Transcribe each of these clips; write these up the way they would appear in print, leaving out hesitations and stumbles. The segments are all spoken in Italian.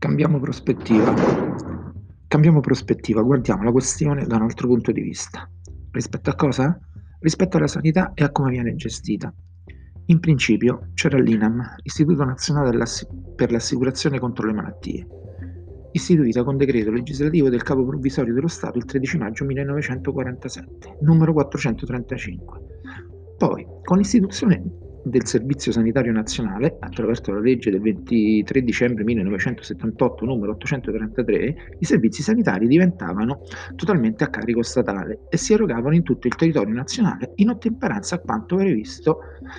Cambiamo prospettiva. Cambiamo prospettiva, guardiamo la questione da un altro punto di vista. Rispetto a cosa? Rispetto alla sanità e a come viene gestita. In principio c'era l'INAM, Istituto Nazionale per l'Assicurazione contro le Malattie, istituita con decreto legislativo del Capo Provvisorio dello Stato il 13 maggio 1947, numero 435. Poi, con l'istituzione del Servizio Sanitario Nazionale, attraverso la legge del 23 dicembre 1978, numero 833, i servizi sanitari diventavano totalmente a carico statale e si erogavano in tutto il territorio nazionale in ottemperanza a quanto previsto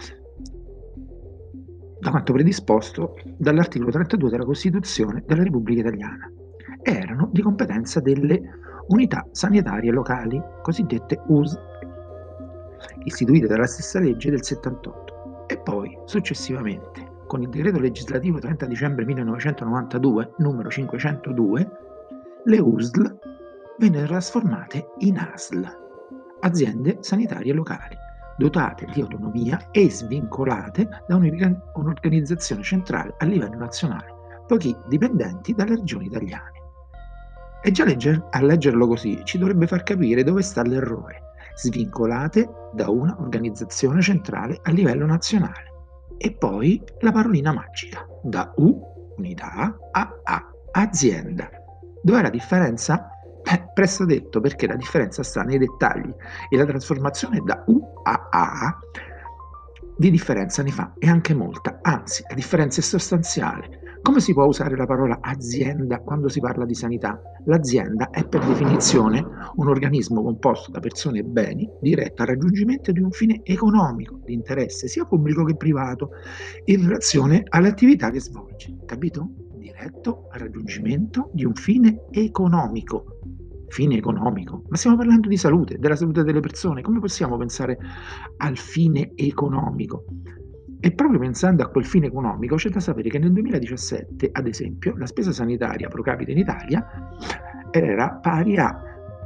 da quanto predisposto dall'articolo 32 della Costituzione della Repubblica Italiana e erano di competenza delle unità sanitarie locali, cosiddette USL, istituite dalla stessa legge del 78 e poi, successivamente, con il decreto legislativo 30 dicembre 1992, numero 502, le USL vennero trasformate in ASL, aziende sanitarie locali, dotate di autonomia e svincolate da un'organizzazione centrale a livello nazionale, poiché dipendenti dalle regioni italiane. E già a leggerlo così ci dovrebbe far capire dove sta l'errore. Svincolate da una organizzazione centrale a livello nazionale. E poi la parolina magica, da U, unità, a, azienda. Dov'è la differenza? Presto detto, perché la differenza sta nei dettagli e la trasformazione da U a di differenza ne fa e anche molta, anzi la differenza è sostanziale. Come si può usare la parola azienda quando si parla di sanità? L'azienda è per definizione un organismo composto da persone e beni diretto al raggiungimento di un fine economico di interesse sia pubblico che privato in relazione alle attività che svolge. Capito? Diretto al raggiungimento di un fine economico. Fine economico? Ma stiamo parlando di salute, della salute delle persone. Come possiamo pensare al fine economico? E proprio pensando a quel fine economico, c'è da sapere che nel 2017, ad esempio, la spesa sanitaria pro capite in Italia era pari a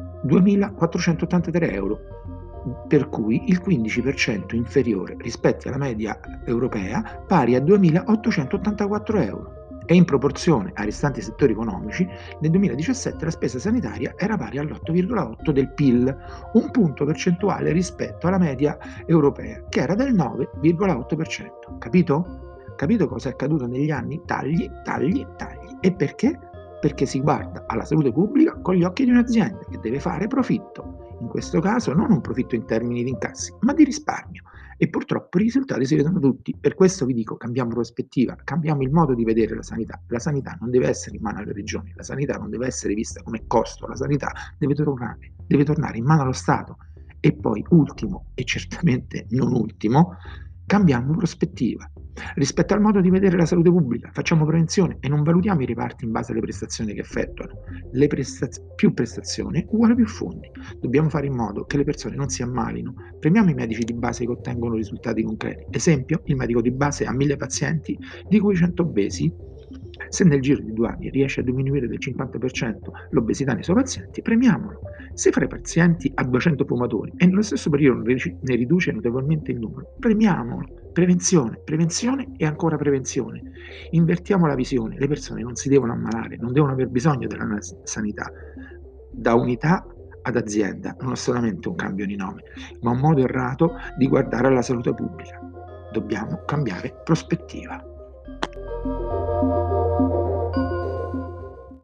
2.483 euro, per cui il 15% inferiore rispetto alla media europea, pari a 2.884 euro. E in proporzione ai restanti settori economici, nel 2017 la spesa sanitaria era pari all'8,8 del PIL, un punto percentuale rispetto alla media europea, che era del 9,8%. Capito? Capito cosa è accaduto negli anni? Tagli, tagli, tagli. E perché? Perché si guarda alla salute pubblica con gli occhi di un'azienda che deve fare profitto. In questo caso non un profitto in termini di incassi, ma di risparmio. E purtroppo i risultati si vedono tutti. Per questo vi dico, cambiamo prospettiva, cambiamo il modo di vedere la sanità. La sanità non deve essere in mano alle regioni, la sanità non deve essere vista come costo, la sanità deve tornare in mano allo Stato. E poi, ultimo, e certamente non ultimo, cambiamo prospettiva. Rispetto al modo di vedere la salute pubblica, facciamo prevenzione e non valutiamo i reparti in base alle prestazioni che effettuano. Più prestazioni uguale più fondi. Dobbiamo fare in modo che le persone non si ammalino. Premiamo i medici di base che ottengono risultati concreti. Esempio, il medico di base ha 1000 pazienti, di cui 100 obesi. Se nel giro di 2 anni riesce a diminuire del 50% l'obesità nei suoi pazienti, premiamolo. Se fra i pazienti ha 200 fumatori e nello stesso periodo ne riduce notevolmente il numero, premiamolo. Prevenzione, prevenzione e ancora prevenzione. Invertiamo la visione, le persone non si devono ammalare, non devono aver bisogno della sanità. Da unità ad azienda non è solamente un cambio di nome, ma un modo errato di guardare alla salute pubblica. Dobbiamo cambiare prospettiva.